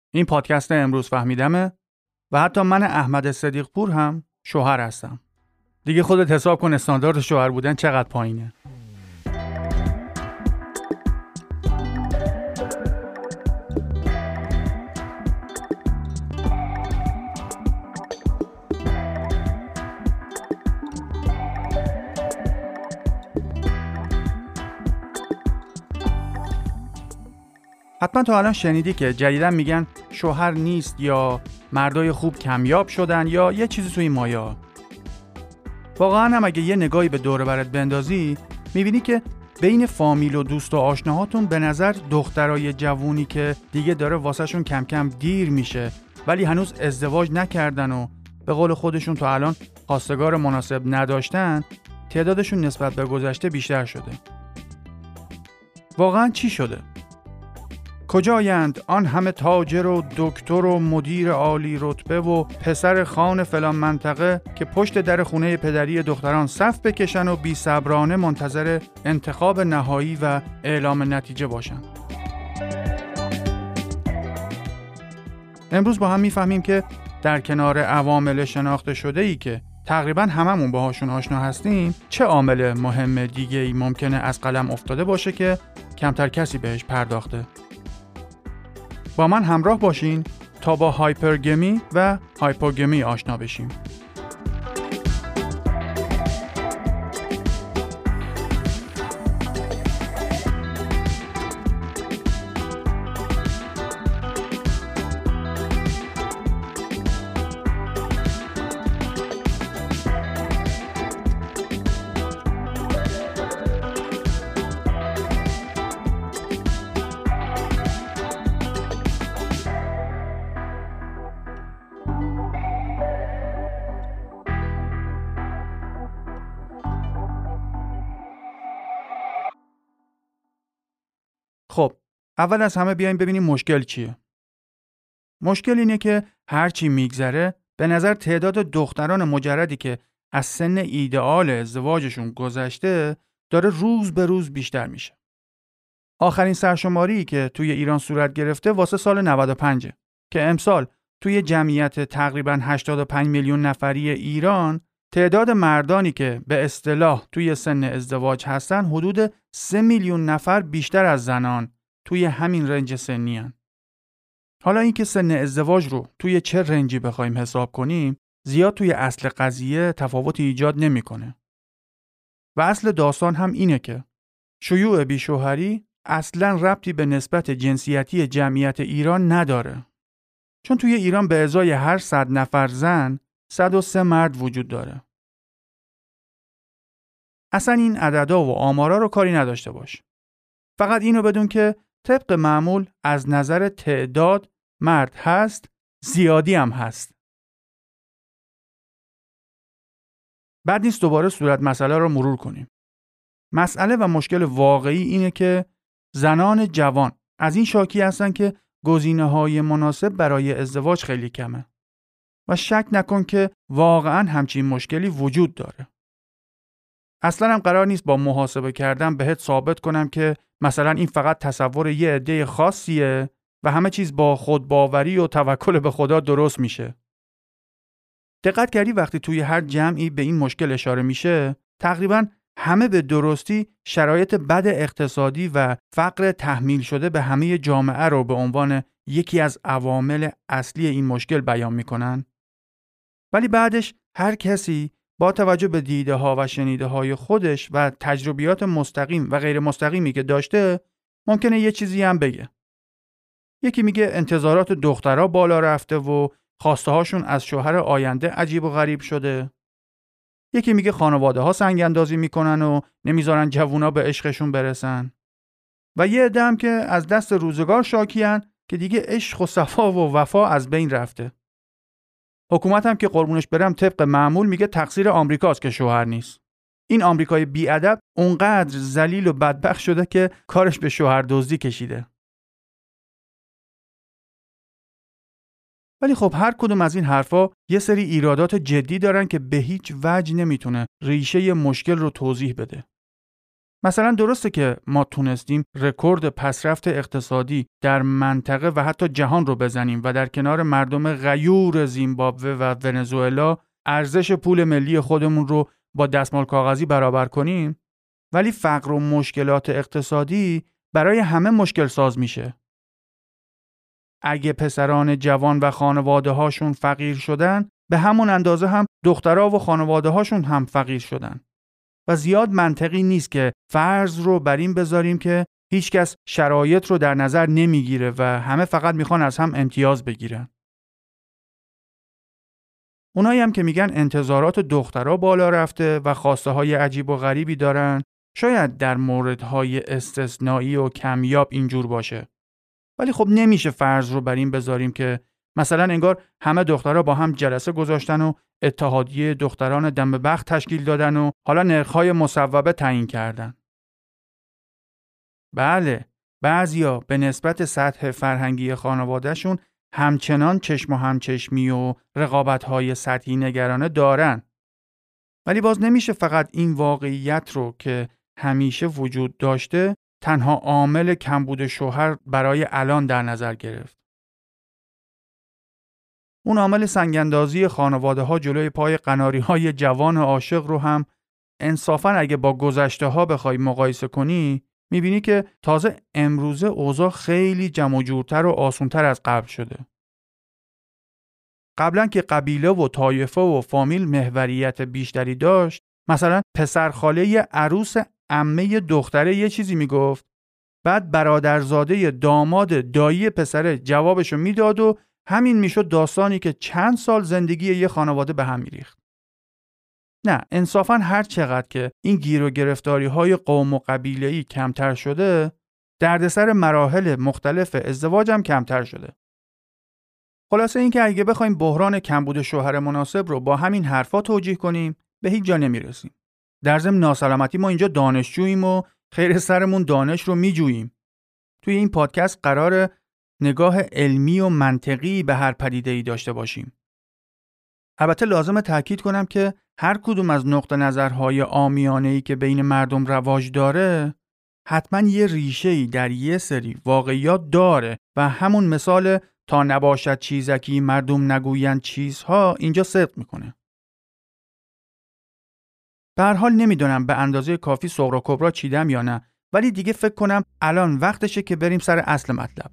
این پادکست امروز فهمیدمه و حتی من احمد صدیق پور هم شوهر هستم. دیگه خودت حساب کن استاندارد شوهر بودن چقدر پایینه. حتما تو الان شنیدی که جدیداً میگن شوهر نیست یا مردای خوب کمیاب شدن یا یه چیزی توی این مایه. واقعاً هم اگه یه نگاهی به دور برت بندازی میبینی که بین فامیل و دوست و آشناهاتون به نظر دخترای جوونی که دیگه داره واسهشون کم کم دیر میشه ولی هنوز ازدواج نکردن و به قول خودشون تا الان خواستگار مناسب نداشتن، تعدادشون نسبت به گذشته بیشتر شده. واقعاً چی شده؟ کجایند آن همه تاجر و دکتر و مدیر عالی رتبه و پسر خان فلان منطقه که پشت در خونه پدری دختران صف بکشن و بی صبرانه منتظر انتخاب نهایی و اعلام نتیجه باشن؟ امروز با هم میفهمیم که در کنار عوامل شناخته شده ای که تقریبا هممون باهاشون آشنا هستیم، چه عامل مهم دیگه ای ممکنه از قلم افتاده باشه که کمتر کسی بهش پرداخته. با من همراه باشین تا با هایپرگمی و هایپوگمی آشنا بشیم. خب، اول از همه بیایم ببینیم مشکل چیه. مشکل اینه که هرچی میگذره به نظر تعداد دختران مجردی که از سن ایدئال ازدواجشون گذشته داره روز به روز بیشتر میشه. آخرین سرشماری که توی ایران صورت گرفته واسه سال 95 که امسال توی جمعیت تقریباً 85 میلیون نفری ایران تعداد مردانی که به اصطلاح توی سن ازدواج هستن حدود 3 میلیون نفر بیشتر از زنان توی همین رنج سنی هن. حالا اینکه سن ازدواج رو توی چه رنجی بخوایم حساب کنیم زیاد توی اصل قضیه تفاوتی ایجاد نمیکنه. و اصل داستان هم اینه که شیوع بیشوهری اصلاً ربطی به نسبت جنسیتی جمعیت ایران نداره. چون توی ایران به ازای هر 100 نفر زن 103 مرد وجود داره. اصلا این عددا و آمارا رو کاری نداشته باش. فقط اینو بدون که طبق معمول از نظر تعداد مرد هست، زیادی هم هست. بعد نیست دوباره صورت مسئله رو مرور کنیم. مسئله و مشکل واقعی اینه که زنان جوان از این شاکی هستن که گزینه‌های مناسب برای ازدواج خیلی کمه. و شک نکن که واقعاً همچین مشکلی وجود داره. اصلاً هم قرار نیست با محاسبه کردن بهت ثابت کنم که مثلا این فقط تصور یه عده خاصیه و همه چیز با خودباوری و توکل به خدا درست میشه. دقت کردی وقتی توی هر جمعی به این مشکل اشاره میشه، تقریباً همه به درستی شرایط بد اقتصادی و فقر تحمیل شده به همه جامعه رو به عنوان یکی از عوامل اصلی این مشکل بیان میکنن. ولی بعدش هر کسی با توجه به دیده ها و شنیده های خودش و تجربیات مستقیم و غیر مستقیمی که داشته ممکنه یه چیزی هم بگه. یکی میگه انتظارات دخترها بالا رفته و خواسته هاشون از شوهر آینده عجیب و غریب شده. یکی میگه خانواده ها سنگ اندازی میکنن و نمیذارن جوونا به عشقشون برسن. و یه عده هم که از دست روزگار شاکیان که دیگه عشق و صفا و وفا از بین رفته. حکومت هم که قربونش برم طبق معمول میگه تقصیر آمریکاست که شوهر نیست. این آمریکای بی‌ادب اونقدر ذلیل و بدبخت شده که کارش به شوهر دزدی کشیده. ولی خب هر کدوم از این حرفا یه سری ایرادات جدی دارن که به هیچ وجه نمیتونه ریشه مشکل رو توضیح بده. مثلا درسته که ما تونستیم رکورد پسرفت اقتصادی در منطقه و حتی جهان رو بزنیم و در کنار مردم غیور زیمبابوه و ونزوئلا ارزش پول ملی خودمون رو با دستمال کاغذی برابر کنیم، ولی فقر و مشکلات اقتصادی برای همه مشکل ساز میشه. اگه پسران جوان و خانواده هاشون فقیر شدن، به همون اندازه هم دخترها و خانواده هاشون هم فقیر شدن. و زیاد منطقی نیست که فرض رو بر این بذاریم که هیچکس شرایط رو در نظر نمیگیره و همه فقط میخوان از هم امتیاز بگیرن. اونایی هم که میگن انتظارات دخترها بالا رفته و خواسته های عجیب و غریبی دارن، شاید در موردهای استثنایی و کمیاب اینجور باشه. ولی خب نمیشه فرض رو بر این بذاریم که مثلا انگار همه دخترها با هم جلسه گذاشتن و اتحادیه دختران دم به بخت تشکیل دادن و حالا نرخ‌های مصوبه تعیین کردن. بله، بعضیا به نسبت سطح فرهنگی خانوادهشون همچنان چشم و همچشمی و رقابت‌های سطحی نگرانه دارن. ولی باز نمیشه فقط این واقعیت رو که همیشه وجود داشته تنها عامل کمبود شوهر برای الان در نظر گرفت. اون عامل سنگ‌اندازی خانواده‌ها جلوی پای قناری‌های جوان و عاشق رو هم انصافاً اگه با گذشته‌ها بخوای مقایسه کنی، می‌بینی که تازه امروزه اوضاع خیلی جمع و جورتر و آسونتر از قبل شده. قبلاً که قبیله و طایفه و فامیل محوریت بیشتری داشت، مثلا پسرخاله عروس عمه دختره یه چیزی میگفت، بعد برادرزاده داماد دایی پسر جوابشو میداد و همین میشد داستانی که چند سال زندگی یه خانواده به هم میریخت. نه، انصافاً هر چقدر که این گیر و گرفتاری های قوم و قبیله‌ای کمتر شده، دردسر مراحل مختلف ازدواج هم کمتر شده. خلاصه این که اگه بخوایم بحران کمبود شوهر مناسب رو با همین حرفا توجیه کنیم، به هیچ جا نمیرسیم. در ضمن ناسلامتی ما اینجا دانشجوییم و خیر سرمون دانش رو میجوییم. توی این پادکست قراره نگاه علمی و منطقی به هر پدیده‌ای داشته باشیم. البته لازمه تاکید کنم که هر کدوم از نقطه نظرهای عامیانه‌ای که بین مردم رواج داره حتما یه ریشه‌ای در یه سری واقعیات داره و همون مثال تا نباشد چیزکی مردم نگویند چیزها اینجا صدق میکنه. به هر حال نمیدونم به اندازه کافی صغرا کبرا چیدم یا نه، ولی دیگه فکر کنم الان وقتشه که بریم سر اصل مطلب.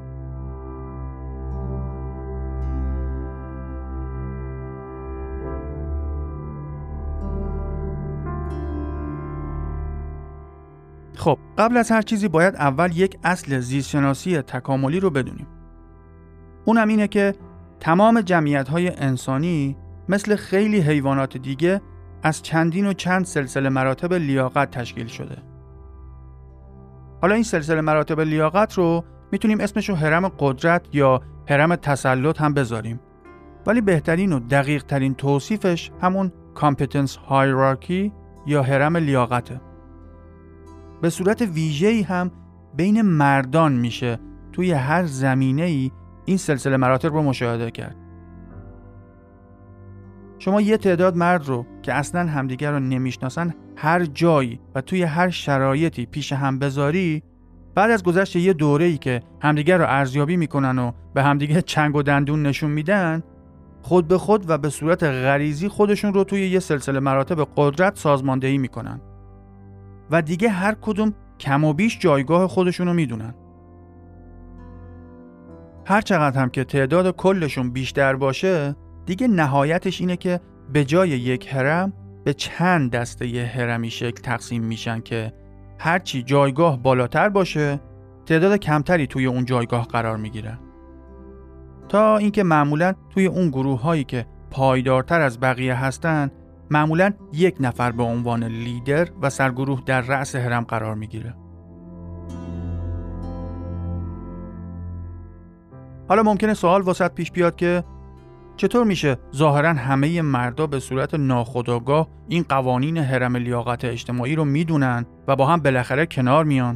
خب قبل از هر چیزی باید اول یک اصل زیستشناسی تکاملی رو بدونیم. اونم اینه که تمام جمعیت‌های انسانی مثل خیلی حیوانات دیگه از چندین و چند سلسله مراتب لیاقت تشکیل شده. حالا این سلسله مراتب لیاقت رو میتونیم اسمشو هرم قدرت یا هرم تسلط هم بذاریم. ولی بهترین و دقیق ترین توصیفش همون competence hierarchy یا هرم لیاقته. به صورت ویژه‌ای هم بین مردان میشه توی هر زمینه‌ای این سلسله مراتب رو مشاهده کرد. شما یه تعداد مرد رو که اصلاً همدیگر رو نمیشناسن هر جایی و توی هر شرایطی پیش هم بذاری، بعد از گذشت یه دوره‌ای که همدیگر رو ارزیابی میکنن و به همدیگه چنگ و دندون نشون میدن، خود به خود و به صورت غریزی خودشون رو توی یه سلسله مراتب قدرت سازماندهی میکنن و دیگه هر کدوم کم و بیش جایگاه خودشون رو میدونن. هر چقدر هم که تعداد کلشون بیشتر باشه، دیگه نهایتش اینه که به جای یک هرم به چند دسته یه هرمی شکل تقسیم میشن که هرچی جایگاه بالاتر باشه تعداد کمتری توی اون جایگاه قرار میگیرن، تا اینکه معمولاً توی اون گروه هایی که پایدارتر از بقیه هستن معمولاً یک نفر به عنوان لیدر و سرگروه در رأس هرم قرار میگیره. حالا ممکنه سوال واسط پیش بیاد که چطور میشه ظاهراً همه مردا به صورت ناخودآگاه این قوانین هرم لیاقت اجتماعی رو میدونن و با هم بالاخره کنار میان؟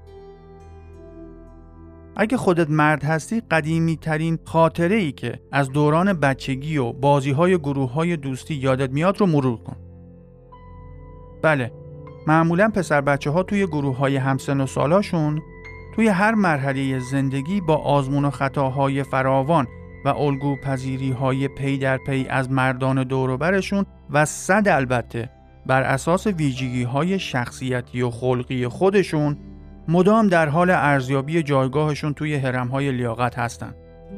اگه خودت مرد هستی، قدیمی ترین خاطره ای که از دوران بچگی و بازی های گروه های دوستی یادت میاد رو مرور کن. بله، معمولاً پسر بچه ها توی گروه های همسن و سالاشون توی هر مرحله زندگی با آزمون و خطاهای فراوان و الگو پذیری های پی در پی از مردان دور و برشون و البته بر اساس ویژگی های شخصیتی و خلقی خودشون مدام در حال ارزیابی جایگاهشون توی هرم های لیاقت هستن.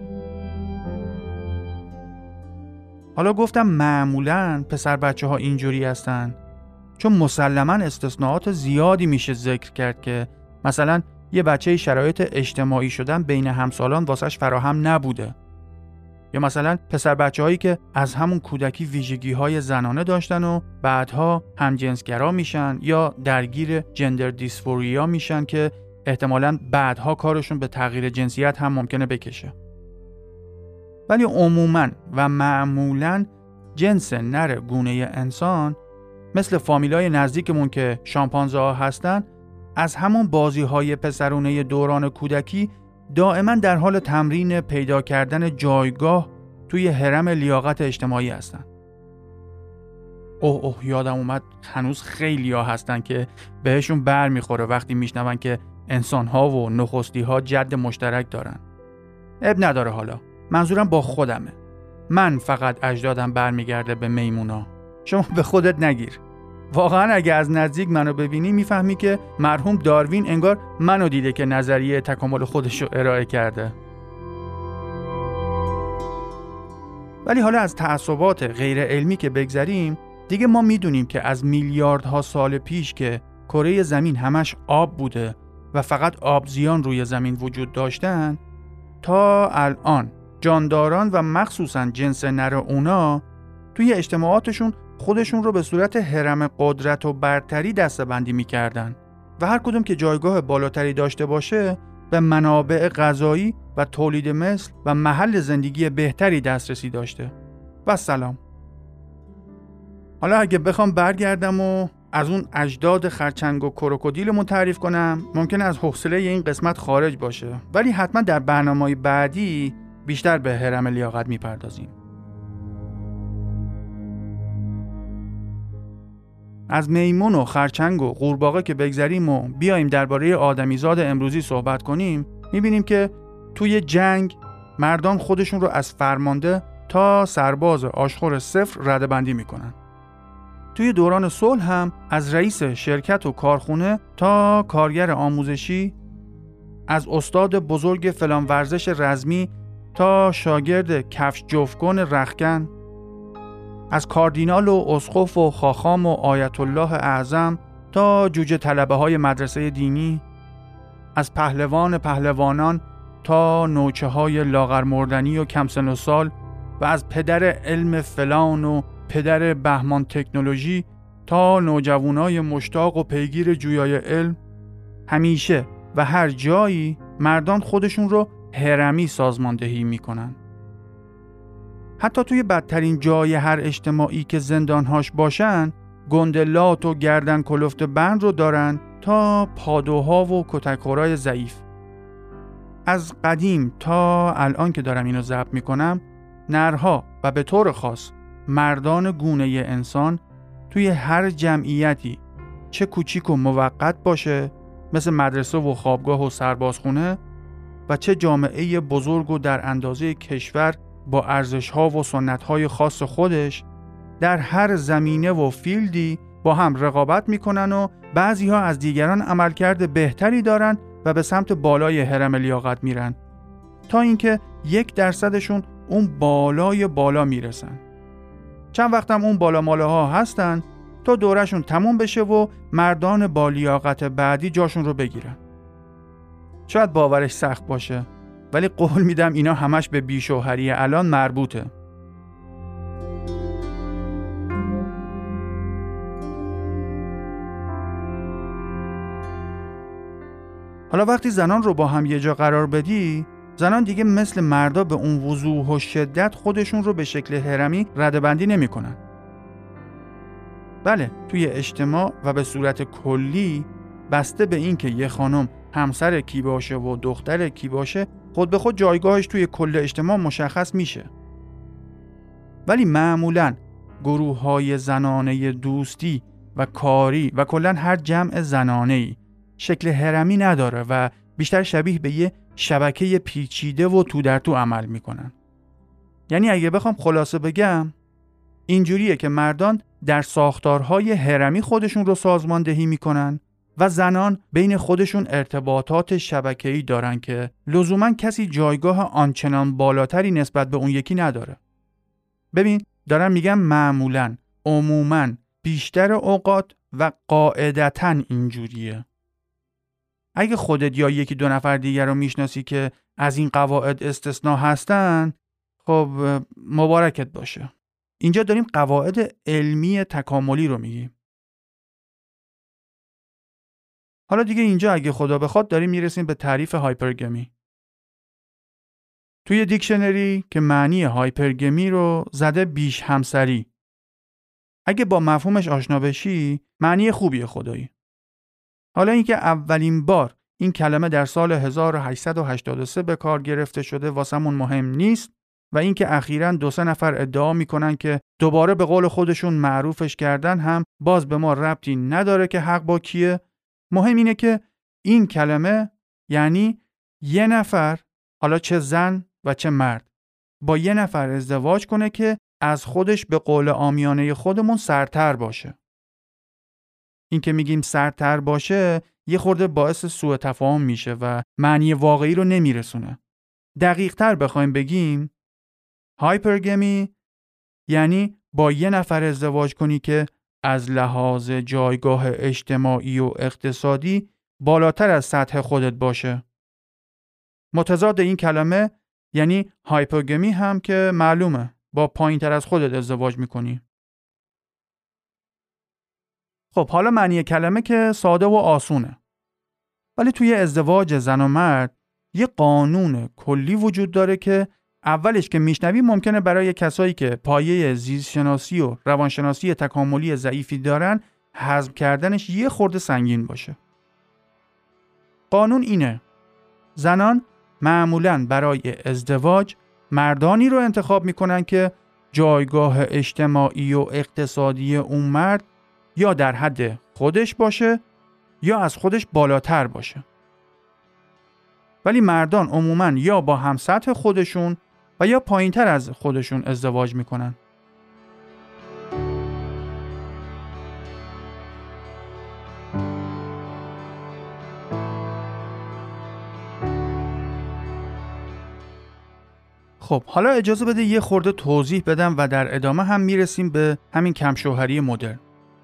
حالا گفتم معمولاً پسر بچه ها اینجوری هستن چون مسلماً استثناءات زیادی میشه ذکر کرد که مثلا یه بچه شرایط اجتماعی شدن بین همسالان واسش فراهم نبوده، یا مثلا پسر بچه هایی که از همون کودکی ویژگی های زنانه داشتن و بعدها همجنسگرا میشن یا درگیر جندر دیسفوریا میشن که احتمالاً بعدها کارشون به تغییر جنسیت هم ممکنه بکشه. ولی عموماً و معمولاً جنس نر گونه انسان مثل فامیلای نزدیکمون که شامپانزه ها هستن از همون بازی های پسرونه دوران کودکی دائما در حال تمرین پیدا کردن جایگاه توی هرم لیاقت اجتماعی هستن. اوه یادم اومد هنوز خیلی ها هستن که بهشون بر میخوره وقتی میشنون که انسان ها و نخستی ها جد مشترک دارن. اب نداره، حالا منظورم با خودمه. من فقط اجدادم برمیگرده به میمونا. شما به خودت نگیر. واقعا اگه از نزدیک منو ببینی میفهمی که مرحوم داروین انگار منو دیده که نظریه تکامل خودشو ارائه کرده. ولی حالا از تعصبات غیر علمی که بگذریم، دیگه ما میدونیم که از میلیاردها سال پیش که کره زمین همش آب بوده و فقط آبزیان روی زمین وجود داشتن تا الان جانداران و مخصوصاً جنس نر اونا توی اجتماعاتشون خودشون رو به صورت هرم قدرت و برتری دسته‌بندی می‌کردن و هر کدوم که جایگاه بالاتری داشته باشه به منابع غذایی و تولید مثل و محل زندگی بهتری دسترسی داشته. و سلام. حالا اگه بخوام برگردم و از اون اجداد خرچنگ و کروکودیلمون تعریف کنم ممکنه از حوصله این قسمت خارج باشه، ولی حتما در برنامه‌های بعدی بیشتر به هرم لیاقت میپردازیم. از میمون و خرچنگ و قورباغه که بگذریم و بیایم درباره آدمیزاد امروزی صحبت کنیم، میبینیم که توی جنگ مردان خودشون رو از فرمانده تا سرباز آشخور صفر رده‌بندی میکنن. توی دوران صلح هم از رئیس شرکت و کارخونه تا کارگر آموزشی، از استاد بزرگ فلان ورزش رزمی تا شاگرد کفش جفتگون رختکن، از کاردینال و اسقف و خاخام و آیت الله اعظم تا جوجه طلبه های مدرسه دینی، از پهلوانان تا نوچه های لاغر مردنی و کم سن و سال و از پدر علم فلان و پدر بهمان تکنولوژی تا نوجوانای مشتاق و پیگیر جویای علم، همیشه و هر جایی مردان خودشون رو هرمی سازماندهی میکنن. حتی توی بدترین جای هر اجتماعی که زندانهاش باشن، گندلات و گردن کلفت بند رو دارن تا پادوها و کتکخورای ضعیف. از قدیم تا الان که دارم اینو ضبط میکنم، نرها و به طور خاص مردان گونه انسان توی هر جمعیتی چه کوچیک و موقت باشه مثل مدرسه و خوابگاه و سربازخونه و چه جامعه بزرگ و در اندازه کشور با ارزش‌ها و سنت‌های خاص خودش، در هر زمینه و فیلدی با هم رقابت میکنن و بعضی‌ها از دیگران عملکرد بهتری دارن و به سمت بالای هرم لیاقت میرن تا اینکه 1% اون بالای بالا میرسن. چند وقتم اون بالا ماله ها هستن تا دورشون تموم بشه و مردان با لیاقت بعدی جاشون رو بگیرن. شاید باورش سخت باشه، ولی قول میدم اینا همش به بیشوهری الان مربوطه. حالا وقتی زنان رو با هم یه جا قرار بدی، زنان دیگه مثل مردا به اون وضوح و شدت خودشون رو به شکل هرمی رده‌بندی نمی‌کنن. بله، توی اجتماع و به صورت کلی بسته به این که یه خانم همسر کی باشه و دختر کی باشه، خود به خود جایگاهش توی کل اجتماع مشخص میشه. ولی معمولاً گروه‌های زنانه دوستی و کاری و کلاً هر جمع زنانه‌ای شکل هرمی نداره و بیشتر شبیه به یه شبکه پیچیده و تو در تو عمل میکنن. یعنی اگه بخوام خلاصه بگم اینجوریه که مردان در ساختارهای هرمی خودشون رو سازماندهی میکنن و زنان بین خودشون ارتباطات شبکه‌ای دارن که لزوماً کسی جایگاه آنچنان بالاتری نسبت به اون یکی نداره. ببین دارم میگم معمولاً، عموماً، بیشتر اوقات و قاعدتاً اینجوریه. اگه خودت یا یکی دو نفر دیگر رو میشناسی که از این قواعد استثناء هستن، خب مبارکت باشه. اینجا داریم قواعد علمی تکاملی رو میگیم. حالا دیگه اینجا اگه خدا بخواد داریم میرسیم به تعریف هایپرگمی. توی دیکشنری که معنی هایپرگمی رو زده بیش همسری. اگه با مفهومش آشنا بشی معنی خوبیه خدایی. حالا اینکه اولین بار این کلمه در سال 1883 به کار گرفته شده واسمون مهم نیست و اینکه اخیراً 2-3 نفر ادعا میکنن که دوباره به قول خودشون معروفش کردن هم باز به ما ربطی نداره که حق با کیه. مهم اینه که این کلمه یعنی یه نفر، حالا چه زن و چه مرد، با یه نفر ازدواج کنه که از خودش به قول عامیانه خودمون سرتر باشه. این که میگیم سرتر باشه یه خورده باعث سوء تفاهم میشه و معنی واقعی رو نمیرسونه. دقیق تر بخوایم بگیم هایپرگمی یعنی با یه نفر ازدواج کنی که از لحاظ جایگاه اجتماعی و اقتصادی بالاتر از سطح خودت باشه. متضاد این کلمه یعنی هایپرگمی هم که معلومه با پایین‌تر از خودت ازدواج میکنی. خب حالا معنی کلمه که ساده و آسونه. ولی توی ازدواج زن و مرد یه قانون کلی وجود داره که اولش که میشنوی ممکنه برای کسایی که پایه زیستشناسی و روانشناسی تکاملی ضعیفی دارن هضم کردنش یه خورده سنگین باشه. قانون اینه: زنان معمولاً برای ازدواج مردانی رو انتخاب میکنن که جایگاه اجتماعی و اقتصادی اون مرد یا در حد خودش باشه یا از خودش بالاتر باشه. ولی مردان عموماً یا با هم سطح خودشون و یا پایینتر از خودشون ازدواج میکنن. خب حالا اجازه بده یه خورده توضیح بدم و در ادامه هم میرسیم به همین کمشوهری مدرن.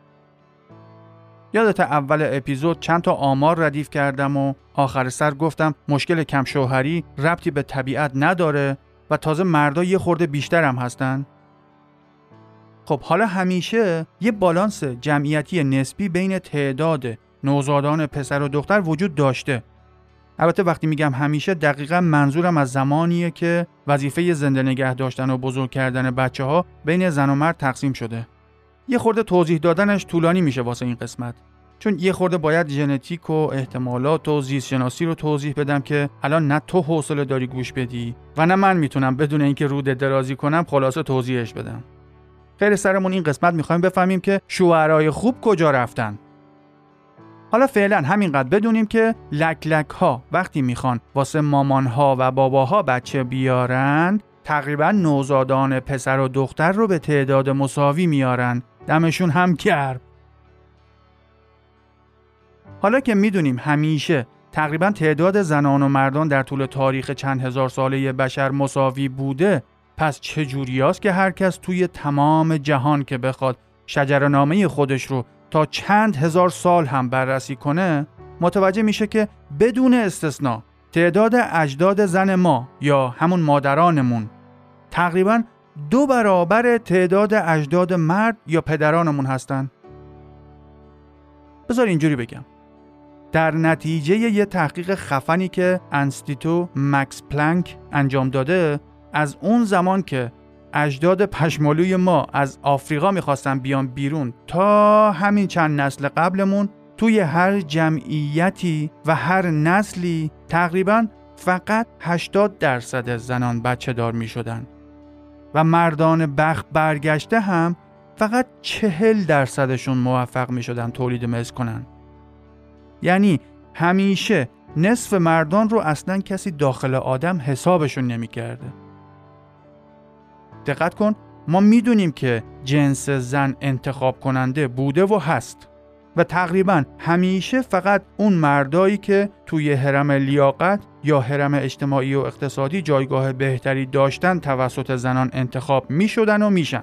یادت اول اپیزود چند تا آمار ردیف کردم و آخر سر گفتم مشکل کمشوهری ربطی به طبیعت نداره و تازه مردا یه خورده بیشتر هم هستن؟ خب حالا همیشه یه بالانس جمعیتی نسبی بین تعداد نوزادان پسر و دختر وجود داشته. البته وقتی میگم همیشه دقیقاً منظورم از زمانیه که وظیفه زنده نگه داشتن و بزرگ کردن بچه‌ها بین زن و مرد تقسیم شده. یه خورده توضیح دادنش طولانی میشه واسه این قسمت، چون یه خورده باید ژنتیک و احتمالات و زیست شناسی رو توضیح بدم که الان نه تو حوصله داری گوش بدی و نه من میتونم بدون اینکه رود درازی کنم خلاصه توضیحش بدم. خیر سرمون این قسمت میخوایم بفهمیم که شوهرای خوب کجا رفتن. حالا فعلا همینقدر بدونیم که لک ها وقتی میخوان واسه مامان ها و باباها بچه بیارن تقریبا نوزادان پسر و دختر رو به تعداد مساوی میارن، دمشون هم گرم. حالا که میدونیم همیشه تقریبا تعداد زنان و مردان در طول تاریخ چند هزار ساله بشر مساوی بوده، پس چجوریاست که هر کس توی تمام جهان که بخواد شجره‌نامه خودش رو تا چند هزار سال هم بررسی کنه متوجه میشه که بدون استثناء تعداد اجداد زن ما یا همون مادرانمون تقریباً 2 برابر تعداد اجداد مرد یا پدرانمون هستن. بذار اینجوری بگم. در نتیجه یه تحقیق خفنی که انستیتو مکس پلانک انجام داده، از اون زمان که اجداد پشمالوی ما از آفریقا میخواستن بیان بیرون تا همین چند نسل قبلمون، توی هر جمعیتی و هر نسلی تقریباً فقط 80% زنان بچه دار میشدن و مردان بخت برگشته هم فقط 40% موفق می شدن تولید مثل کنن. یعنی همیشه نصف مردان رو اصلاً کسی داخل آدم حسابشون نمی کرده. دقت کن، ما میدونیم که جنس زن انتخاب کننده بوده و هست و تقریباً همیشه فقط اون مردایی که توی هرم لیاقت یا هرم اجتماعی و اقتصادی جایگاه بهتری داشتن توسط زنان انتخاب می شدن و میشن.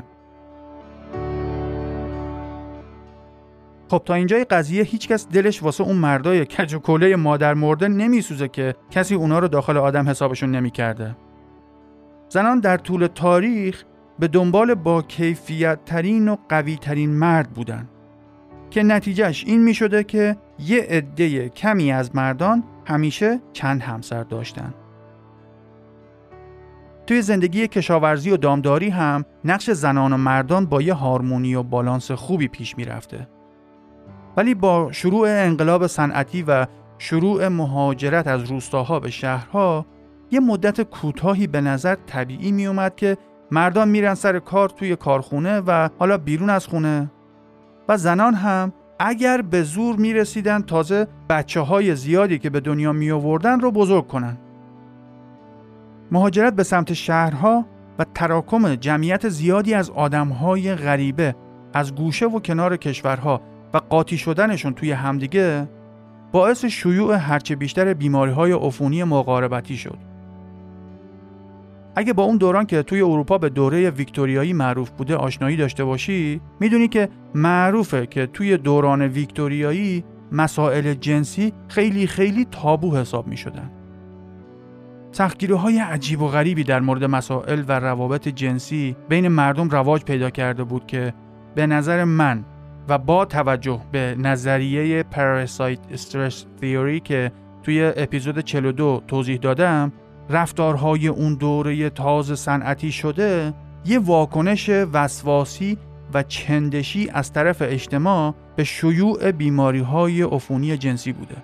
خب تا اینجای قضیه هیچکس دلش واسه اون مردای کج و کوله مادر مرده نمیسوزه که کسی اونا رو داخل آدم حسابشون نمیکرده. زنان در طول تاریخ به دنبال با کیفیت ترین و قوی ترین مرد بودن که نتیجهش این می شده که یه عده کمی از مردان همیشه چند همسر داشتن. توی زندگی کشاورزی و دامداری هم نقش زنان و مردان با یه هارمونی و بالانس خوبی پیش می رفته. ولی با شروع انقلاب صنعتی و شروع مهاجرت از روستاها به شهرها یه مدت کوتاهی به نظر طبیعی می اومد که مردان میرن سر کار توی کارخونه و حالا بیرون از خونه و زنان هم اگر به زور می رسیدن تازه بچه‌های زیادی که به دنیا می آوردن رو بزرگ کنن. مهاجرت به سمت شهرها و تراکم جمعیت زیادی از آدم‌های غریبه از گوشه و کنار کشورها و قاطی شدنشون توی همدیگه باعث شیوع هرچه بیشتر بیماری‌های عفونی مقاربتی شد. اگه با اون دوران که توی اروپا به دوره ویکتوریایی معروف بوده آشنایی داشته باشی، میدونی که معروفه که توی دوران ویکتوریایی مسائل جنسی خیلی تابو حساب میشدن. سختگیری‌های عجیب و غریبی در مورد مسائل و روابط جنسی بین مردم رواج پیدا کرده بود که به نظر من و با توجه به نظریه Parasite Stress Theory که توی اپیزود 42 توضیح دادم، رفتارهای اون دوره تازه صنعتی شده یه واکنش وسواسی و چندشی از طرف اجتماع به شیوع بیماری‌های عفونی جنسی بوده.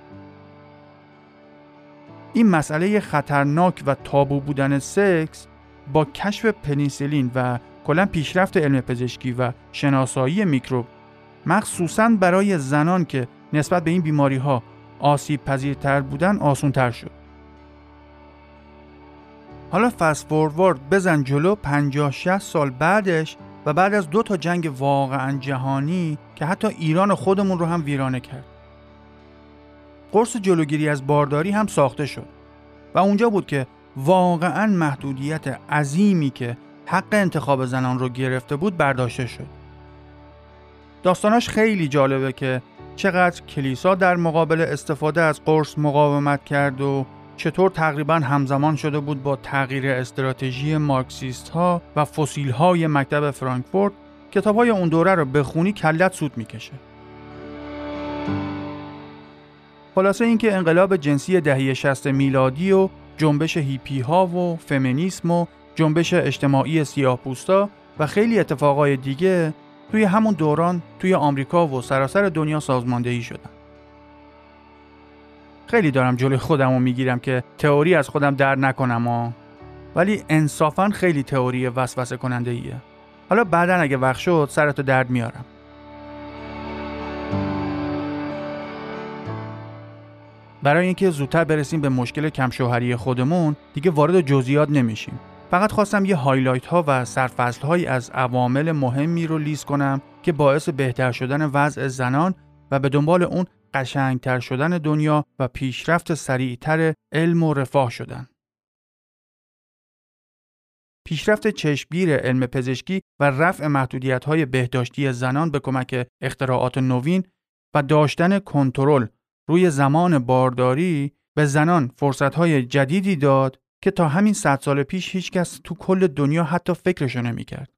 این مسئله خطرناک و تابو بودن سکس با کشف پنیسیلین و کلاً پیشرفت علم پزشکی و شناسایی میکروب، مخصوصاً برای زنان که نسبت به این بیماری‌ها آسیب پذیرتر بودن، آسان‌تر شد. حالا فست فوروارد بزن جلو 50-60 سال بعدش و بعد از 2 جنگ واقعاً جهانی که حتی ایران خودمون رو هم ویرانه کرد. قرص جلوگیری از بارداری هم ساخته شد و اونجا بود که واقعاً محدودیت عظیمی که حق انتخاب زنان رو گرفته بود برداشته شد. داستاناش خیلی جالبه که چقدر کلیسا در مقابل استفاده از قرص مقاومت کرد و چطور تقریباً همزمان شده بود با تغییر استراتژی مارکسیست ها و فسیل های مکتب فرانکفورت. کتاب های اون دوره رو بخونی کلت سود میکشه. خلاصه اینکه انقلاب جنسی دهه 60 میلادی و جنبش هیپی ها و فمینیسم و جنبش اجتماعی سیاه‌پوستا و خیلی اتفاقای دیگه توی همون دوران توی آمریکا و سراسر دنیا سازماندهی شدن. خیلی دارم جلوی خودمو میگیرم که تئوری از خودم در نکنم ولی انصافاً خیلی تئوری وسوسه کننده ایه. حالا بعداً اگه وقت شد سرتو درد میارم. برای اینکه زودتر برسیم به مشکل کم شوهری خودمون دیگه وارد جزئیات نمیشیم. فقط خواستم یه هایلایت ها و سرفصل هایی از عوامل مهمی رو لیست کنم که باعث بهتر شدن وضع زنان و به دنبال اون قشنگتر شدن دنیا و پیشرفت سریعتر علم و رفاه شدن. پیشرفت چشمگیر علم پزشکی و رفع محدودیت‌های بهداشتی زنان به کمک اختراعات نوین و داشتن کنترل روی زمان بارداری به زنان فرصت‌های جدیدی داد که تا همین 100 سال پیش هیچ کس تو کل دنیا حتی فکرشو نمی‌کرد.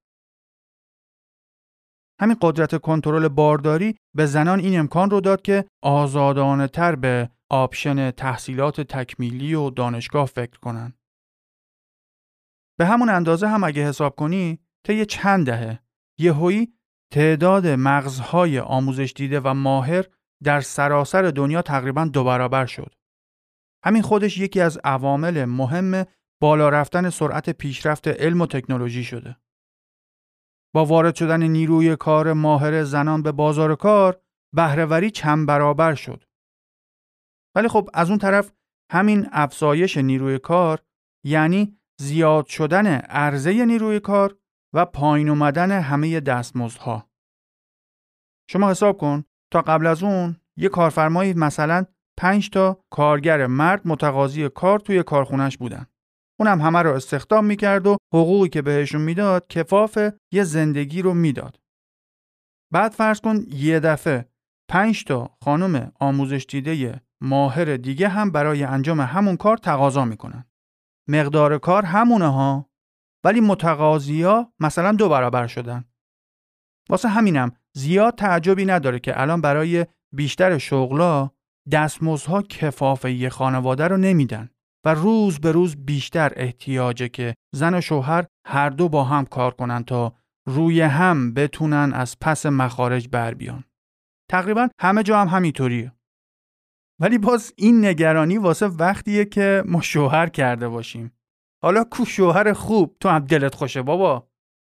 همین قدرت کنترل بارداری به زنان این امکان رو داد که آزادانه تر به آپشن تحصیلات تکمیلی و دانشگاه فکر کنن. به همون اندازه هم اگه حساب کنی طی چند دهه یهویی تعداد مغزهای آموزش دیده و ماهر در سراسر دنیا تقریباً 2 برابر شد. همین خودش یکی از عوامل مهم بالا رفتن سرعت پیشرفت علم و تکنولوژی شده. با وارد شدن نیروی کار ماهر زنان به بازار کار بهره‌وری چند برابر شد. ولی خب از اون طرف همین افزایش نیروی کار یعنی زیاد شدن عرضه نیروی کار و پایین اومدن همه دستمزدها. شما حساب کن تا قبل از اون یه کارفرمایی مثلا 5 تا کارگر مرد متقاضی کار توی کارخونش بودن. اونم همه رو استخدام میکرد و حقوقی که بهشون میداد کفاف یه زندگی رو میداد. بعد فرض کن یه دفعه 5 تا خانم آموزش دیده ماهر دیگه هم برای انجام همون کار تقاضا میکنن. مقدار کار همونه ها، ولی متقاضیا مثلا 2 برابر شدن. واسه همینم زیاد تعجبی نداره که الان برای بیشتر شغلا دستمزدها کفاف یه خانواده رو نمیدن و روز به روز بیشتر احتیاجه که زن و شوهر هر دو با هم کار کنن تا روی هم بتونن از پس مخارج بر بیان. تقریبا همه جا هم همینطوریه. ولی باز این نگرانی واسه وقتیه که ما شوهر کرده باشیم. حالا کو شوهر خوب؟ تو هم دلت خوشه بابا.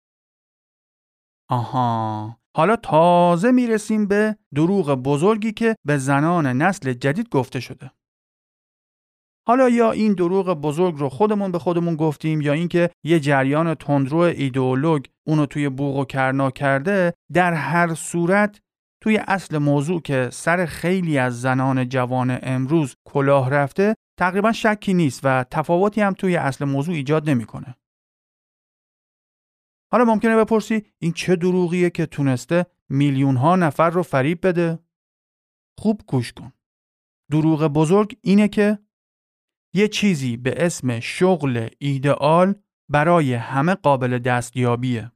آها، حالا تازه میرسیم به دروغ بزرگی که به زنان نسل جدید گفته شده. حالا یا این دروغ بزرگ رو خودمون به خودمون گفتیم یا اینکه یه جریان تندرو ایدئولوگ اونو توی بوق و کرنا کرده، در هر صورت توی اصل موضوع که سر خیلی از زنان جوان امروز کلاه رفته تقریبا شکی نیست و تفاوتی هم توی اصل موضوع ایجاد نمیکنه. حالا ممکنه بپرسی این چه دروغیه که تونسته میلیون ها نفر رو فریب بده؟ خوب گوش کن. دروغ بزرگ اینه که یه چیزی به اسم شغل ایدئال برای همه قابل دستیابیه.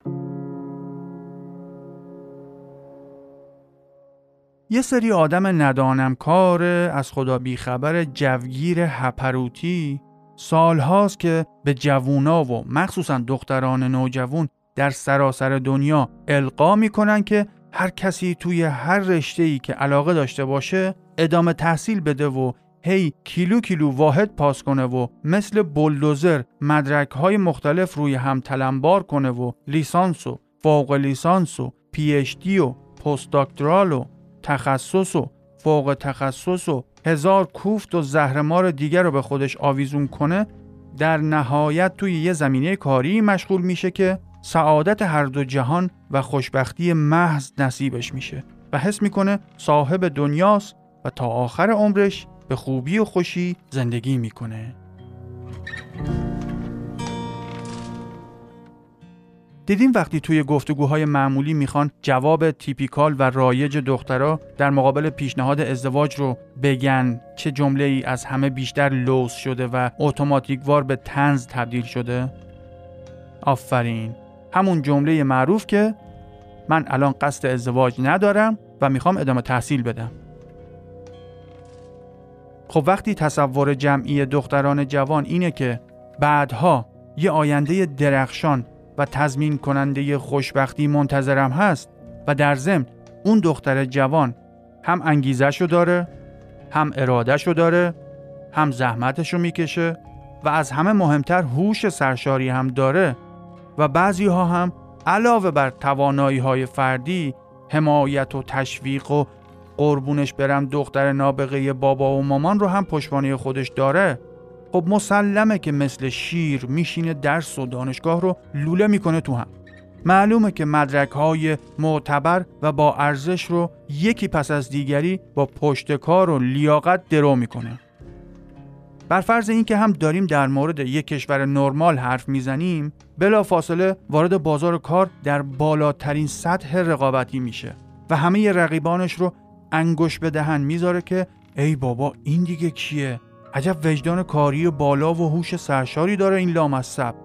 یه سری آدم ندانمکار از خدا بیخبر جوگیر هپروتی سالهاست که به جوونا و مخصوصا دختران نوجوان در سراسر دنیا القا میکنن که هر کسی توی هر رشته‌ای که علاقه داشته باشه ادامه تحصیل بده و هی کیلو واحد پاس کنه و مثل بولدوزر مدرک‌های مختلف روی هم تلمبار کنه و لیسانس و فوق لیسانس و پی اچ دی و پست دکترال و تخصص و فوق تخصص و هزار کوفت و زهرمار دیگر رو به خودش آویزون کنه، در نهایت توی یه زمینه کاری مشغول میشه که سعادت هر دو جهان و خوشبختی محض نصیبش میشه و حس میکنه صاحب دنیاست و تا آخر عمرش به خوبی و خوشی زندگی میکنه. دیدیم وقتی توی گفتگوهای معمولی میخوان جواب تیپیکال و رایج دخترها در مقابل پیشنهاد ازدواج رو بگن، چه جمله‌ای از همه بیشتر لوث شده و اتوماتیکوار به طنز تبدیل شده؟ آفرین، همون جمله معروف که من الان قصد ازدواج ندارم و میخوام ادامه تحصیل بدم. خب وقتی تصور جمعی دختران جوان اینه که بعدها یه آینده درخشان و تضمین کننده خوشبختی منتظرم هست و در ضمن اون دختر جوان هم انگیزشو داره، هم ارادهشو داره، هم زحمتشو میکشه و از همه مهمتر هوش سرشاری هم داره و بعضی ها هم علاوه بر توانایی های فردی حمایت و تشویق و قربونش برم دختر نابغه بابا و مامان رو هم پشتوانه خودش داره، خب مسلمه که مثل شیر میشینه درس و دانشگاه رو لوله میکنه تو هم. معلومه که مدرک‌های معتبر و با ارزش رو یکی پس از دیگری با پشتکار و لیاقت درو میکنه. بر فرض این که هم داریم در مورد یک کشور نرمال حرف میزنیم، بلافاصله وارد بازار کار در بالاترین سطح رقابتی میشه و همه رقیبانش رو انگوش به دهن میذاره که ای بابا این دیگه کیه؟ عجب وجدان کاری بالا و هوش سرشاری داره این لامصب.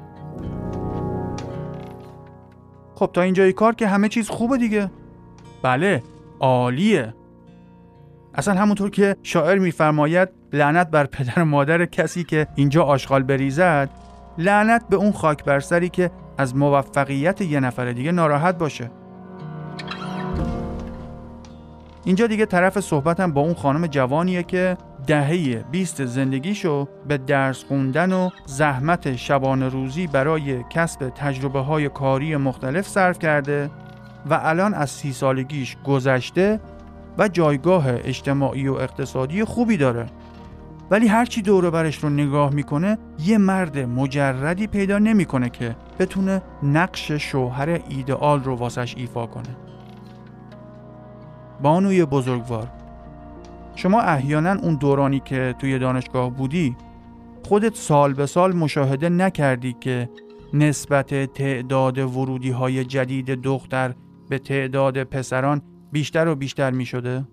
خب تا اینجای کار که همه چیز خوبه دیگه. بله، عالیه. اصلا همونطور که شاعر میفرماید لعنت بر پدر و مادر کسی که اینجا آشغال بریزد، لعنت به اون خاک بر سری که از موفقیت یه نفر دیگه ناراحت باشه. اینجا دیگه طرف صحبتم با اون خانم جوانیه که دهه 20 زندگیشو به درس خوندن و زحمت شبانه روزی برای کسب تجربه‌های کاری مختلف صرف کرده و الان از 30 سالگیش گذشته و جایگاه اجتماعی و اقتصادی خوبی داره. ولی هرچی دور و برش رو نگاه میکنه یه مرد مجردی پیدا نمیکنه که بتونه نقش شوهر ایدئال رو واسش ایفا کنه. بانوی بزرگوار، شما احیانا اون دورانی که توی دانشگاه بودی خودت سال به سال مشاهده نکردی که نسبت تعداد ورودی‌های جدید دختر به تعداد پسران بیشتر و بیشتر می شده؟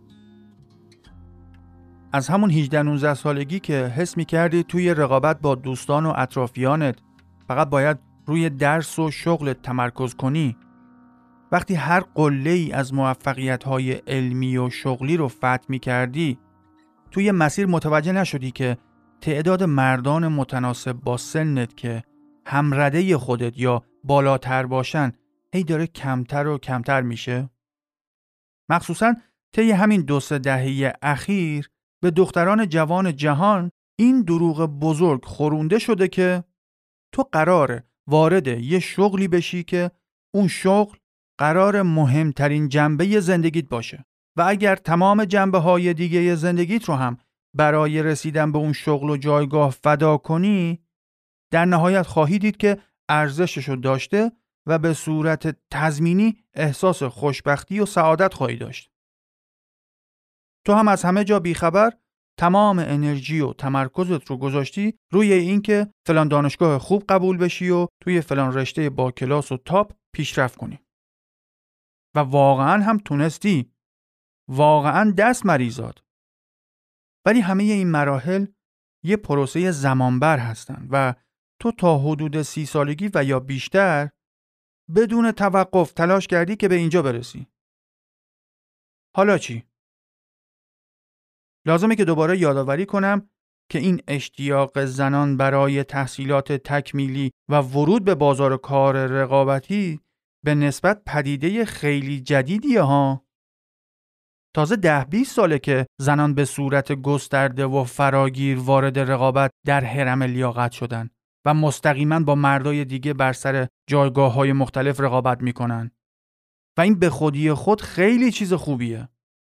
از همون 18-19 سالگی که حس می کردی توی رقابت با دوستان و اطرافیانت فقط باید روی درس و شغلت تمرکز کنی، وقتی هر قله‌ای از موفقیت‌های علمی و شغلی رو فتح می کردی، توی مسیر متوجه نشدی که تعداد مردان متناسب با سنت که همرده خودت یا بالاتر باشن هی داره کمتر و کمتر میشه؟ مخصوصاً طی همین 2-3 دهه اخیر به دختران جوان جهان این دروغ بزرگ خورونده شده که تو قراره وارد یه شغلی بشی که اون شغل قرار مهمترین جنبه زندگیت باشه و اگر تمام جنبه‌های دیگه زندگیت رو هم برای رسیدن به اون شغل و جایگاه فدا کنی، در نهایت خواهی دید که ارزششو داشته و به صورت تضمینی احساس خوشبختی و سعادت خواهی داشت. تو هم از همه جا بیخبر تمام انرژی و تمرکزت رو گذاشتی روی این که فلان دانشگاه خوب قبول بشی و توی فلان رشته با کلاس و تاپ پیشرفت کنی. و واقعاً هم تونستی. واقعاً دست مریزاد. ولی همه این مراحل یه پروسه زمانبر هستن و تو تا حدود 30 سالگی و یا بیشتر بدون توقف تلاش کردی که به اینجا برسی. حالا چی؟ لازمه که دوباره یادآوری کنم که این اشتیاق زنان برای تحصیلات تکمیلی و ورود به بازار کار رقابتی به نسبت پدیده خیلی جدیدیه ها. تازه 10-20 ساله که زنان به صورت گسترده و فراگیر وارد رقابت در هرم لیاقت شدن و مستقیما با مردای دیگه بر سر جایگاه‌های مختلف رقابت میکنن و این به خودی خود خیلی چیز خوبیه.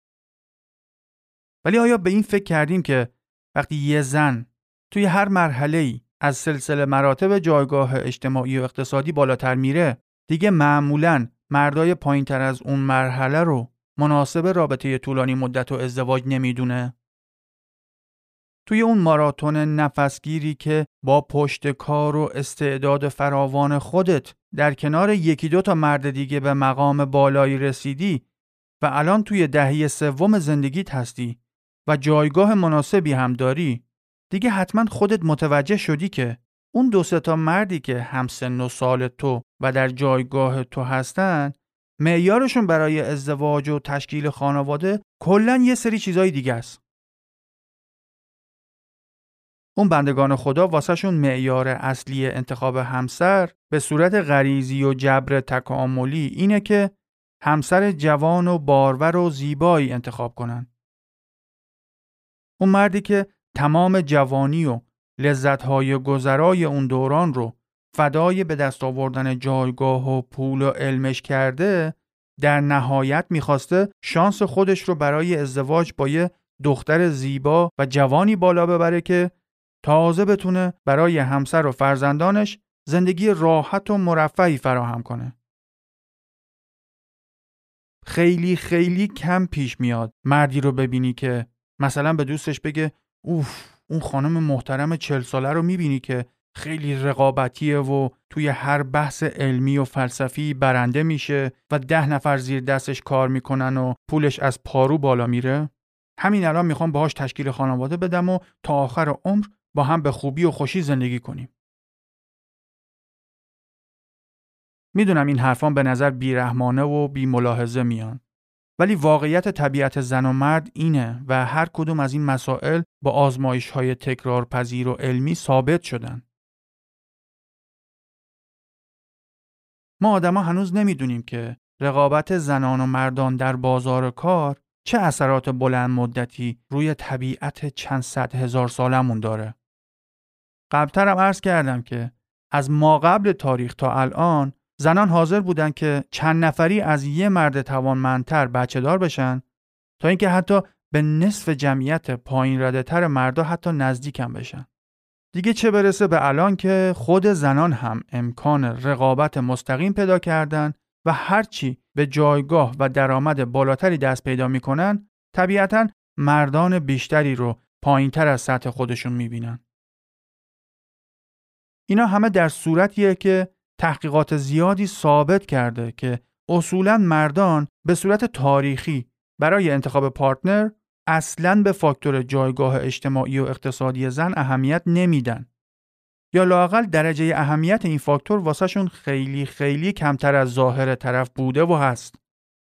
ولی آیا به این فکر کردیم که وقتی یه زن توی هر مرحله‌ای از سلسله مراتب جایگاه اجتماعی و اقتصادی بالاتر میره، دیگه معمولاً مردای پایین‌تر از اون مرحله رو مناسب رابطه طولانی مدت و ازدواج نمیدونه؟ توی اون ماراتون نفسگیری که با پشت کار و استعداد فراوان خودت در کنار 1-2 تا مرد دیگه به مقام بالایی رسیدی و الان توی دهه 3 زندگیت هستی و جایگاه مناسبی هم داری، دیگه حتما خودت متوجه شدی که اون 2-3 تا مردی که هم سن و سال تو و در جایگاه تو هستن معیارشون برای ازدواج و تشکیل خانواده کلاً یه سری چیزای دیگه است. اون بندگان خدا واسهشون معیار اصلی انتخاب همسر به صورت غریزی و جبر تکاملی اینه که همسر جوان و بارور و زیبایی انتخاب کنن. اون مردی که تمام جوانی و لذت‌های گذرای اون دوران رو فدای به دست آوردن جایگاه و پول و علمش کرده، در نهایت میخواسته شانس خودش رو برای ازدواج با یه دختر زیبا و جوانی بالا ببره که تازه بتونه برای همسر و فرزندانش زندگی راحت و مرفهی فراهم کنه. خیلی خیلی کم پیش میاد مردی رو ببینی که مثلا به دوستش بگه اوف اون خانم محترم 40 ساله رو میبینی که خیلی رقابتیه و توی هر بحث علمی و فلسفی برنده میشه و 10 نفر زیر دستش کار میکنن و پولش از پارو بالا میره. همین الان میخوام باهاش تشکیل خانواده بدم و تا آخر عمر با هم به خوبی و خوشی زندگی کنیم. میدونم این حرفان به نظر بیرحمانه و بی‌ملاحظه میان. ولی واقعیت طبیعت زن و مرد اینه و هر کدوم از این مسائل با آزمایش‌های تکرارپذیر و علمی ثابت شدن. ما آدما هنوز نمیدونیم که رقابت زنان و مردان در بازار کار چه اثرات بلند مدتی روی طبیعت چند صد هزار سالمون داره. قبلترم عرض کردم که از ماقبل تاریخ تا الان زنان حاضر بودن که چند نفری از یه مرد توانمندتر بچه دار بشن تا اینکه حتی به نصف جمعیت پایین رده تر مردا حتی نزدیکم بشن. دیگه چه برسه به الان که خود زنان هم امکان رقابت مستقیم پیدا کردن و هرچی به جایگاه و درآمد بالاتری دست پیدا میکنن طبیعتاً مردان بیشتری رو پایینتر از سطح خودشون میبینن. اینا همه در صورتیه که تحقیقات زیادی ثابت کرده که اصولاً مردان به صورت تاریخی برای انتخاب پارتنر اصلاً به فاکتور جایگاه اجتماعی و اقتصادی زن اهمیت نمیدن. یا لااقل درجه اهمیت این فاکتور واسهشون خیلی خیلی کمتر از ظاهر طرف بوده و هست.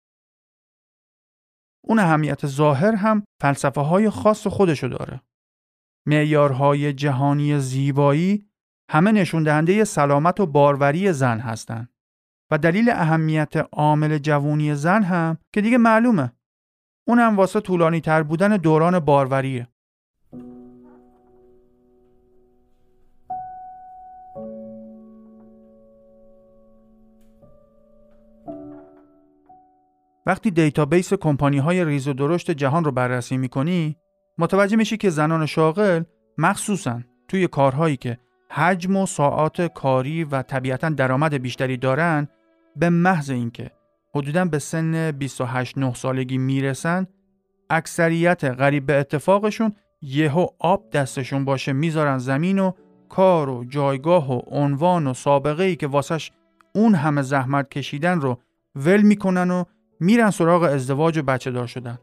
اون اهمیت ظاهر هم فلسفه های خاص خودشو داره. معیارهای جهانی زیبایی همه نشون دهنده سلامت و باروری زن هستن و دلیل اهمیت عامل جوونی زن هم که دیگه معلومه. اون هم واسه طولانی تر بودن دوران باروریه. وقتی دیتابیس کمپانی‌های ریز و درشت جهان رو بررسی می‌کنی، متوجه میشی که زنان شاغل مخصوصاً توی کارهایی که حجم و ساعات کاری و طبیعتاً درآمد بیشتری دارن، به محض اینکه حدوداً به سن 28-9 سالگی میرسن، اکثریت غریب به اتفاقشون یهو آب دستشون باشه میذارن زمین و کار و جایگاه و عنوان و سابقه‌ای که واسش اون همه زحمت کشیدن رو ول میکنن و میرن سراغ ازدواج و بچه دار شدن.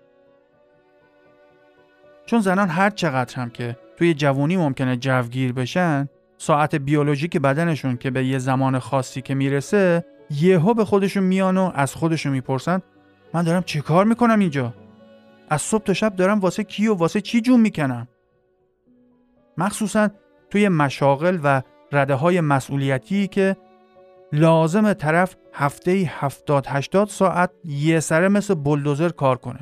چون زنان هر چقدر هم که توی جوانی ممکنه جوگیر بشن، ساعت بیولوژیک بدنشون که به یه زمان خاصی که میرسه یهو به خودشون میان و از خودشون میپرسن من دارم چه کار میکنم اینجا؟ از صبح تا شب دارم واسه کی و واسه چی جون میکنم؟ مخصوصا توی مشاغل و رده‌های مسئولیتی که لازم طرف هفته‌ای 70-80 ساعت یه سره مثل بولدوزر کار کنه.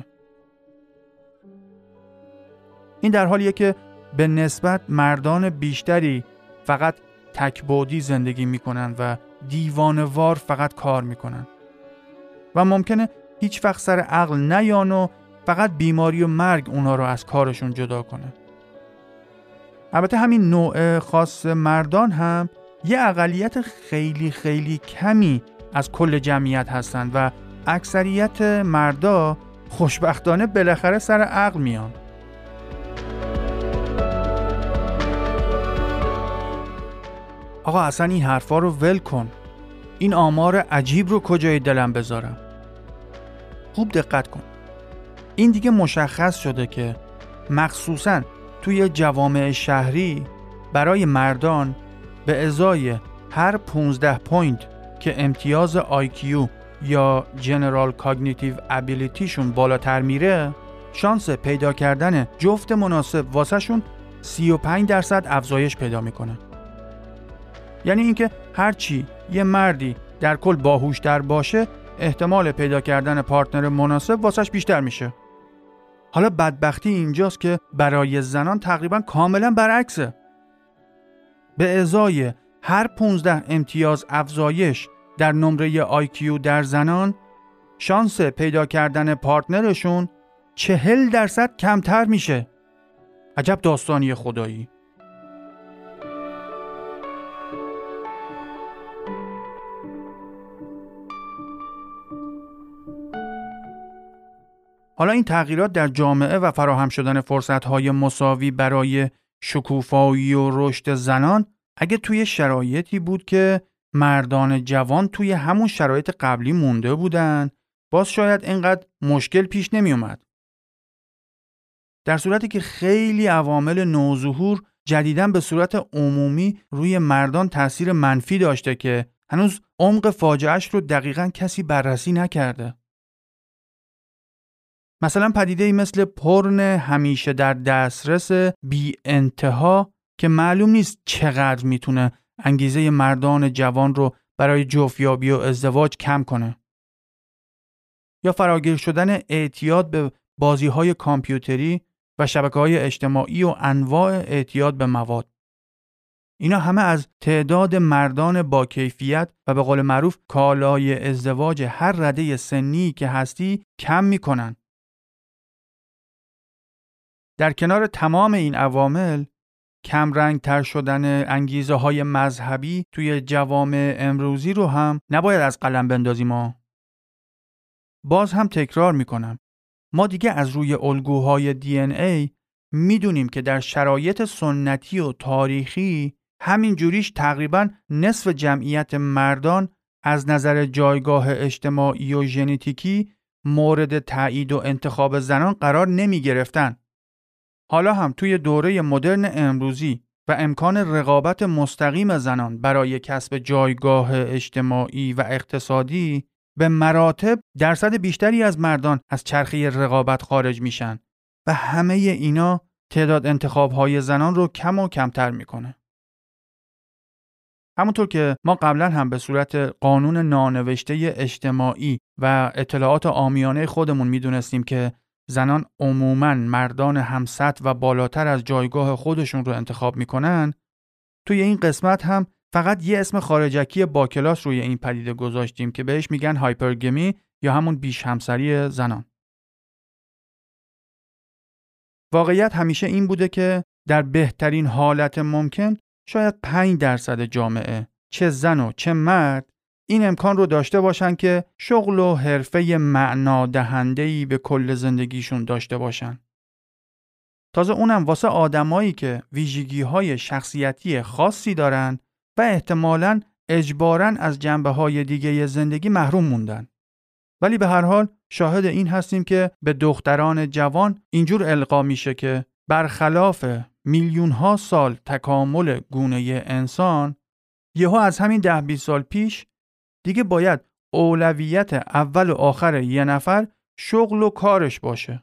این در حالیه که به نسبت مردان بیشتری فقط تک‌بعدی زندگی میکنن و دیوانه‌وار فقط کار میکنن و ممکنه هیچ وقت سر عقل نیان و فقط بیماری و مرگ اونا رو از کارشون جدا کنه. البته همین نوع خاص مردان هم یه اقلیت خیلی خیلی کمی از کل جمعیت هستن و اکثریت مردا خوشبختانه بالاخره سر عقل میان. آقا اصلا این حرفا رو ول کن. این آمار عجیب رو کجای دلم بذارم؟ خوب دقت کن. این دیگه مشخص شده که مخصوصاً توی جوامع شهری برای مردان به ازای هر 15 پوینت که امتیاز IQ یا General Cognitive Ability شون بالاتر میره، شانس پیدا کردن جفت مناسب واسه شون 35% افزایش پیدا میکنه. یعنی اینکه هرچی یه مردی در کل باهوشتر باشه، احتمال پیدا کردن پارتنر مناسب واسش بیشتر میشه. حالا بدبختی اینجاست که برای زنان تقریبا کاملا برعکسه. به ازای هر 15 امتیاز افزایش در نمره IQ در زنان، شانس پیدا کردن پارتنرشون 40% کمتر میشه. عجب داستانی خدایی. حالا این تغییرات در جامعه و فراهم شدن فرصت‌های مساوی برای شکوفایی و رشد زنان اگه توی شرایطی بود که مردان جوان توی همون شرایط قبلی مونده بودن، باز شاید اینقدر مشکل پیش نمی اومد. در صورتی که خیلی عوامل نوظهور جدیداً به صورت عمومی روی مردان تأثیر منفی داشته که هنوز عمق فاجعه‌اش رو دقیقاً کسی بررسی نکرده. مثلا پدیده‌ای مثل پورن همیشه در دسترس بی انتها که معلوم نیست چقدر میتونه انگیزه مردان جوان رو برای جفت‌یابی و ازدواج کم کنه. یا فراگیر شدن اعتیاد به بازی‌های کامپیوتری و شبکه‌های اجتماعی و انواع اعتیاد به مواد. اینا همه از تعداد مردان با کیفیت و به قول معروف کالای ازدواج هر رده سنی که هستی کم میکنن. در کنار تمام این عوامل، کم رنگ تر شدن انگیزه های مذهبی توی جوامع امروزی رو هم نباید از قلم بندازیم. باز هم تکرار میکنم، ما دیگه از روی الگوهای DNA میدونیم که در شرایط سنتی و تاریخی همین جوریش تقریباً نصف جمعیت مردان از نظر جایگاه اجتماعی و ژنتیکی مورد تایید و انتخاب زنان قرار نمی گرفتن. حالا هم توی دوره مدرن امروزی و امکان رقابت مستقیم زنان برای کسب جایگاه اجتماعی و اقتصادی به مراتب درصد بیشتری از مردان از چرخه رقابت خارج میشن و همه اینا تعداد انتخاب‌های زنان رو کم و کمتر میکنه. همونطور که ما قبلا هم به صورت قانون نانوشته اجتماعی و اطلاعات عامیانه خودمون میدونستیم که زنان عموماً مردان همسط و بالاتر از جایگاه خودشون رو انتخاب میکنن، توی این قسمت هم فقط یه اسم خارجکی با کلاس روی این پدیده گذاشتیم که بهش میگن هایپرگمی یا همون بیش همسری زنان. واقعیت همیشه این بوده که در بهترین حالت ممکن شاید 5% جامعه، چه زن و چه مرد، این امکان رو داشته باشن که شغل و حرفه معنا دهنده‌ای به کل زندگیشون داشته باشن. تازه اونم واسه آدمایی که ویژگی‌های شخصیتی خاصی دارن و احتمالاً اجباراً از جنبه‌های دیگه زندگی محروم موندن. ولی به هر حال شاهد این هستیم که به دختران جوان اینجور القا میشه که برخلاف میلیون‌ها سال تکامل گونه انسان، یهو از همین 10-20 سال پیش دیگه باید اولویت اول و آخر یه نفر شغل و کارش باشه.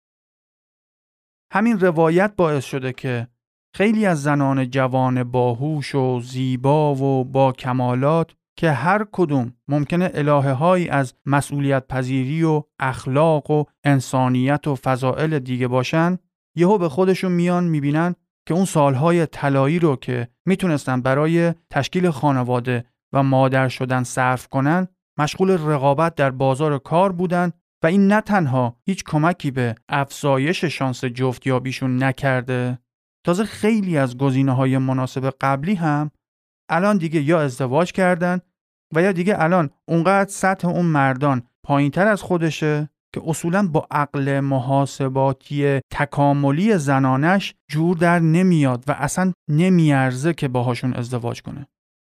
همین روایت باعث شده که خیلی از زنان جوان باهوش و زیبا و با کمالات که هر کدوم ممکنه الهه‌هایی از مسئولیت پذیری و اخلاق و انسانیت و فضائل دیگه باشن، یهو به خودشون میان میبینن که اون سالهای طلایی رو که میتونستن برای تشکیل خانواده و مادر شدن صرف کنن، مشغول رقابت در بازار کار بودن و این نه تنها هیچ کمکی به افزایش شانس جفتیابیشون نکرده، تازه خیلی از گزینه‌های مناسب قبلی هم الان دیگه یا ازدواج کردن و یا دیگه الان اونقدر سطح اون مردان پایین‌تر از خودشه که اصولاً با عقل محاسباتی تکاملی زنانش جور در نمیاد و اصلاً نمیارزه که باهاشون ازدواج کنه.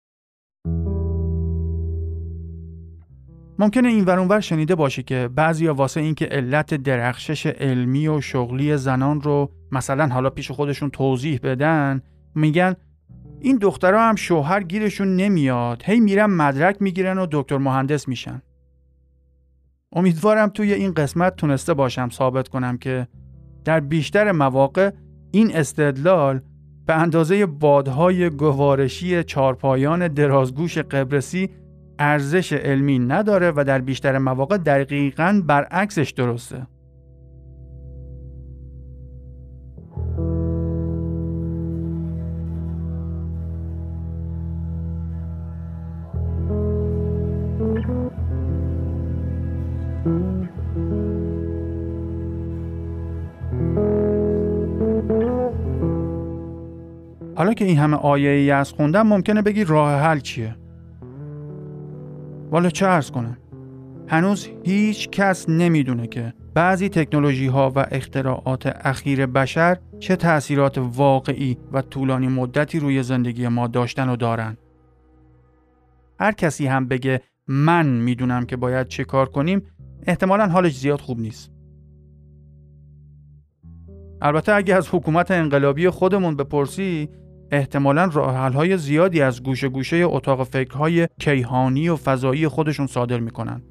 ممکنه این ور اون ور شنیده باشی که بعضیا واسه این که علت درخشش علمی و شغلی زنان رو مثلا حالا پیش خودشون توضیح بدن، میگن این دخترها هم شوهر گیرشون نمیاد، هی میرن مدرک میگیرن و دکتر مهندس میشن. امیدوارم توی این قسمت تونسته باشم ثابت کنم که در بیشتر مواقع این استدلال به اندازه بادهای گوارشی چارپایان درازگوش قبرسی ارزش علمی نداره و در بیشتر مواقع دقیقاً برعکسش درسته. حالا که این همه آیه‌ای از خوندم ممکنه بگی راه حل چیه؟ والا چه عرض کنم؟ هنوز هیچ کس نمیدونه که بعضی تکنولوژی ها و اختراعات اخیر بشر چه تأثیرات واقعی و طولانی مدتی روی زندگی ما داشتن و دارن. هر کسی هم بگه من میدونم که باید چه کار کنیم، احتمالاً حالش زیاد خوب نیست. البته اگه از حکومت انقلابی خودمون بپرسی، احتمالاً راه حل‌های زیادی از گوشه گوشه اتاق فکرهای کیهانی و فضایی خودشون صادر میکنن.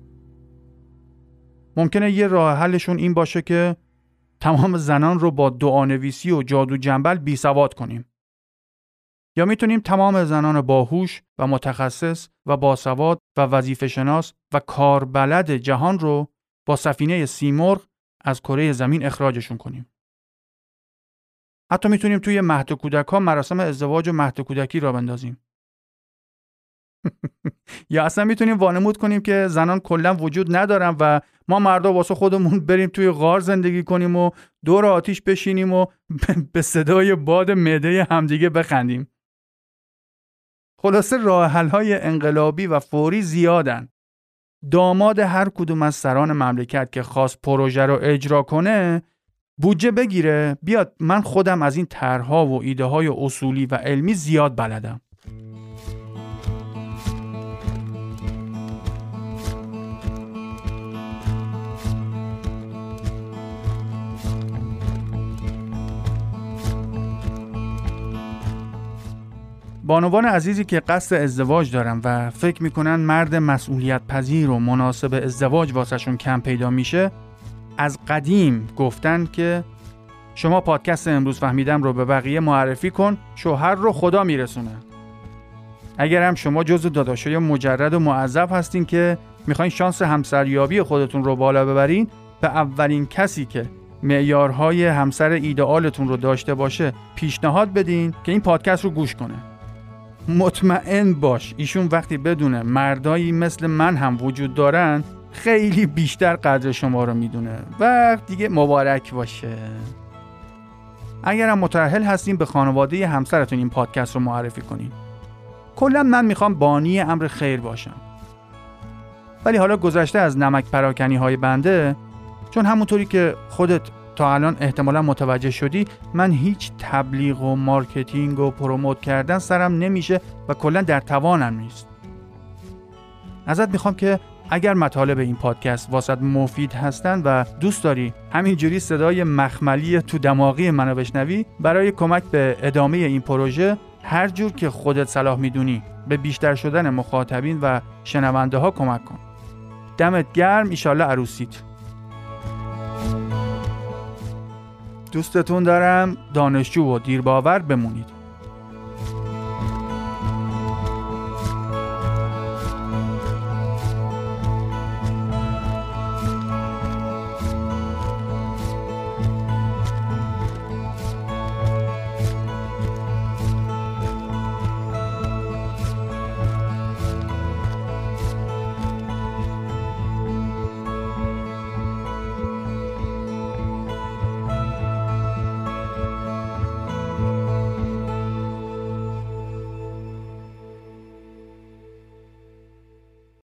ممکنه یه راه حلشون این باشه که تمام زنان رو با دعانویسی و جادو جنبل بی سواد کنیم. یا میتونیم تمام زنان باهوش و متخصص و باسواد و وظیفه شناس و کاربلد جهان رو با سفینه سیمرغ از کره زمین اخراجشون کنیم. حتی میتونیم توی مهد کودک‌ها مراسم ازدواج و مهد کودکی را بندازیم. یا اصلا میتونیم وانمود کنیم که زنان کلا وجود ندارن و ما مردا واسه خودمون بریم توی غار زندگی کنیم و دور آتیش بشینیم و به صدای باد معده همدیگه بخندیم. خلاصه راه حل‌های انقلابی و فوری زیادن. داماد هر کدوم از سران مملکت که خواست پروژه رو اجرا کنه بودجه بگیره بیاد، من خودم از این طرح‌ها و ایده‌های اصولی و علمی زیاد بلدم. بانوان عزیزی که قصد ازدواج دارن و فکر میکنن مرد مسئولیت پذیر و مناسب ازدواج واسهشون کم پیدا میشه، از قدیم گفتن که شما پادکست امروز فهمیدم رو به بقیه معرفی کن، شوهر رو خدا میرسونه. اگر هم شما جزو داداشای مجرد و معذب هستین که میخواین شانس همسریابی خودتون رو بالا ببرین، به اولین کسی که معیارهای همسر ایدئالتون رو داشته باشه پیشنهاد بدین که این پادکست رو گوش کنه. مطمئن باش ایشون وقتی بدونه مردایی مثل من هم وجود دارن خیلی بیشتر قدر شما رو میدونه و دیگه مبارک باشه. اگر هم متأهل هستین به خانواده همسرتون این پادکست رو معرفی کنین. کلا من میخوام بانی امر خیر باشم. ولی حالا گذشته از نمک پراکنی های بنده، چون همونطوری که خودت تا الان احتمالا متوجه شدی، من هیچ تبلیغ و مارکتینگ و پروموت کردن سرم نمیشه و کلا در توانم نیست. ازت میخوام که اگر مطالب این پادکست واسط مفید هستن و دوست داری همینجوری صدای مخملی تو دماغی منو بشنوی، برای کمک به ادامه این پروژه هر جور که خودت صلاح میدونی به بیشتر شدن مخاطبین و شنونده ها کمک کن. دمت گرم، ایشالله عروسیت. دوستتون دارم. دانشجو و دیرباور بمونید.